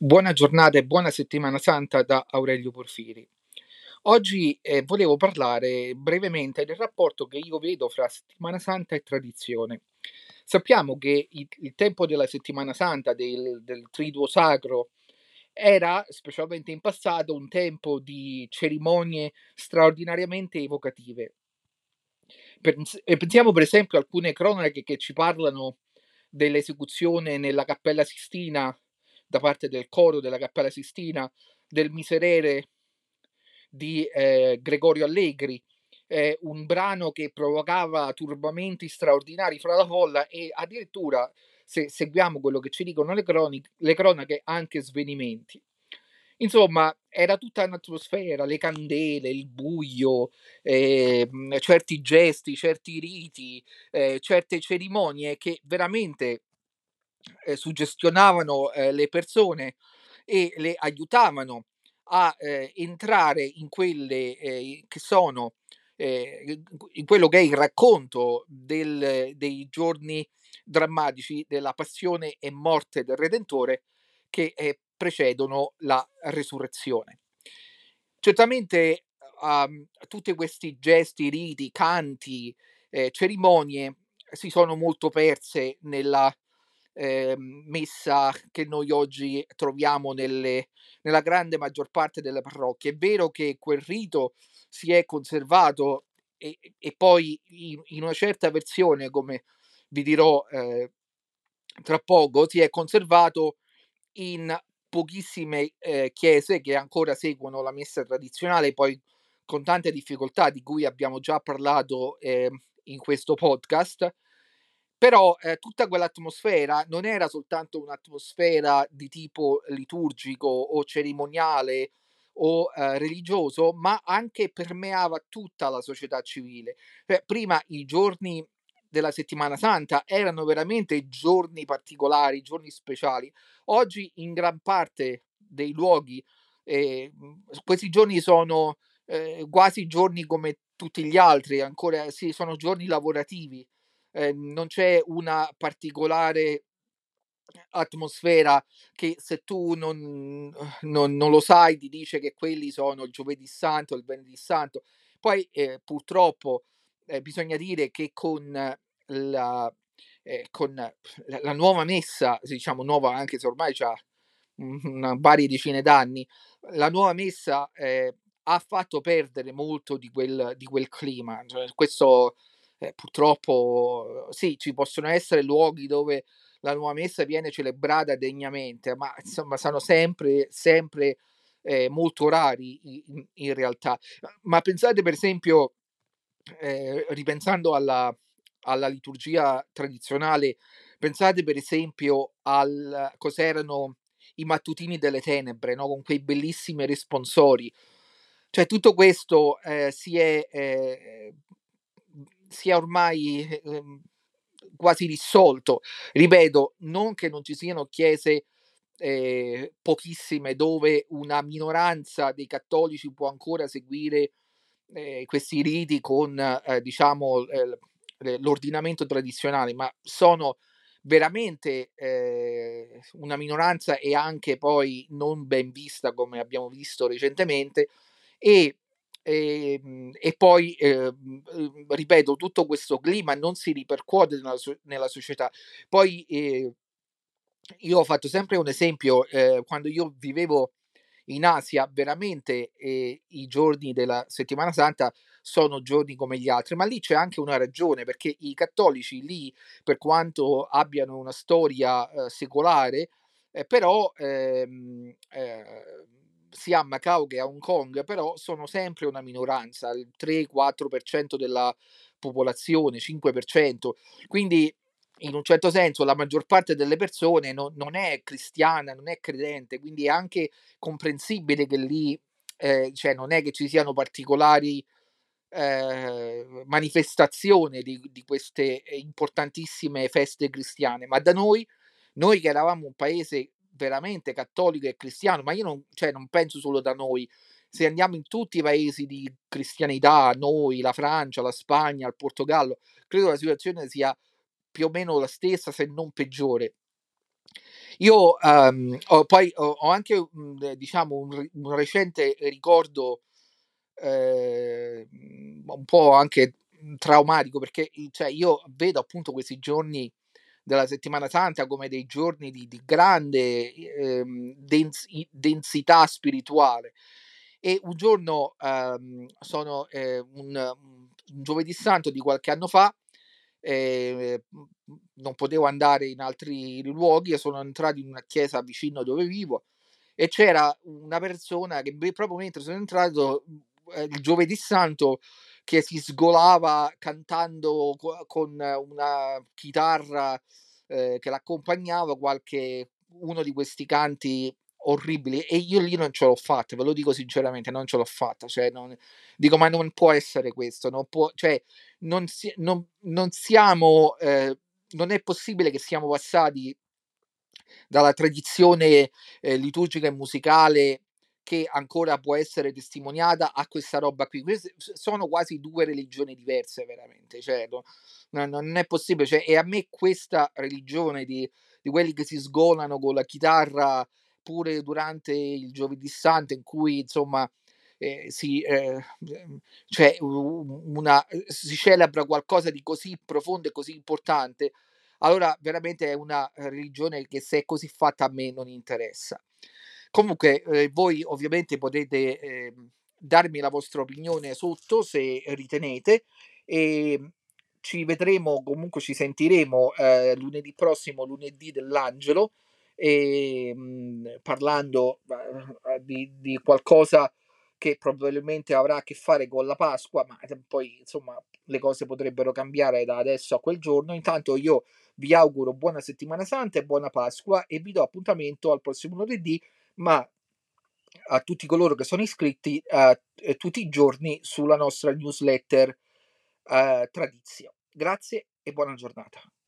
Buona giornata e buona settimana santa da Aurelio Porfiri. Oggi volevo parlare brevemente del rapporto che io vedo fra settimana santa e tradizione. Sappiamo che il tempo della settimana santa, del triduo sacro, era, specialmente in passato, un tempo di cerimonie straordinariamente evocative. Pensiamo per esempio a alcune cronache che ci parlano dell'esecuzione nella Cappella Sistina, da parte del coro della Cappella Sistina, del Miserere di Gregorio Allegri, un brano che provocava turbamenti straordinari fra la folla e addirittura, se seguiamo quello che ci dicono le cronache, anche svenimenti. Insomma, era tutta un'atmosfera, le candele, il buio, certi gesti, certi riti, certe cerimonie che veramente suggestionavano le persone e le aiutavano a entrare in quelle che sono in quello che è il racconto dei giorni drammatici della passione e morte del Redentore che precedono la resurrezione. Certamente tutti questi gesti, riti, canti, cerimonie si sono molto perse nella messa che noi oggi troviamo nella grande maggior parte delle parrocchie. È vero che quel rito si è conservato e poi in una certa versione, come vi dirò tra poco, si è conservato in pochissime chiese che ancora seguono la messa tradizionale, poi con tante difficoltà di cui abbiamo già parlato in questo podcast. Però tutta quell'atmosfera non era soltanto un'atmosfera di tipo liturgico o cerimoniale o religioso, ma anche permeava tutta la società civile. Prima i giorni della settimana santa erano veramente giorni particolari, giorni speciali. Oggi in gran parte dei luoghi questi giorni sono quasi giorni come tutti gli altri, ancora sì, sono giorni lavorativi. Non c'è una particolare atmosfera che se tu non lo sai ti dice che quelli sono il giovedì santo, il venerdì santo. Poi purtroppo bisogna dire che con la nuova messa, diciamo nuova anche se ormai c'ha una varie decine d'anni, la nuova messa ha fatto perdere molto di quel clima. Cioè, questo purtroppo sì, ci possono essere luoghi dove la nuova messa viene celebrata degnamente, ma insomma sono sempre molto rari in realtà. Ma pensate per esempio, ripensando alla liturgia tradizionale, pensate per esempio al cos'erano i mattutini delle tenebre, no, con quei bellissimi responsori. Cioè tutto questo si è ormai, quasi dissolto. Ripeto, non che non ci siano chiese, pochissime, dove una minoranza dei cattolici può ancora seguire, questi riti con, diciamo, l'ordinamento tradizionale, ma sono veramente, una minoranza e anche poi non ben vista, come abbiamo visto recentemente. E poi, ripeto, tutto questo clima non si ripercuote nella società. Poi, io ho fatto sempre un esempio, quando io vivevo in Asia, veramente, i giorni della settimana santa sono giorni come gli altri, ma lì c'è anche una ragione, perché i cattolici lì, per quanto abbiano una storia, secolare, però, sia a Macao che a Hong Kong, però sono sempre una minoranza, il 3-4% della popolazione, 5%. Quindi in un certo senso la maggior parte delle persone non è cristiana, non è credente, quindi è anche comprensibile che lì, cioè non è che ci siano particolari, manifestazioni di queste, importantissime feste cristiane. Ma da noi che eravamo un paese veramente cattolico e cristiano, ma io non penso solo da noi, se andiamo in tutti i paesi di cristianità, noi, la Francia, la Spagna, il Portogallo, credo la situazione sia più o meno la stessa, se non peggiore. Io, ho anche diciamo un recente ricordo, un po' anche, traumatico perché cioè io vedo appunto questi giorni della Settimana Santa come dei giorni di grande, densità spirituale. E un giorno, un giovedì santo di qualche anno fa, non potevo andare in altri luoghi e sono entrato in una chiesa vicino dove vivo e c'era una persona che proprio mentre sono entrato, il giovedì santo, che si sgolava cantando con una chitarra, che l'accompagnava, uno di questi canti orribili, e io lì non ce l'ho fatta, ve lo dico sinceramente, non ce l'ho fatta, cioè non dico: "Ma non può essere questo, non può, cioè non siamo, non è possibile che siamo passati dalla tradizione, liturgica e musicale che ancora può essere testimoniata a questa roba qui. Queste sono quasi 2 religioni diverse veramente, cioè non è possibile, cioè, e a me questa religione di quelli che si sgonano con la chitarra pure durante il Giovedì Santo, in cui insomma, cioè si celebra qualcosa di così profondo e così importante, allora veramente è una religione che, se è così fatta, a me non interessa. Comunque, voi ovviamente potete, darmi la vostra opinione sotto se ritenete, ehm, ci vedremo, comunque ci sentiremo, lunedì prossimo, lunedì dell'Angelo, parlando, di qualcosa che probabilmente avrà a che fare con la Pasqua, ma poi insomma le cose potrebbero cambiare da adesso a quel giorno. Intanto io vi auguro buona Settimana Santa e buona Pasqua e vi do appuntamento al prossimo lunedì, ma a tutti coloro che sono iscritti, tutti i giorni sulla nostra newsletter, Tradizio. Grazie e buona giornata.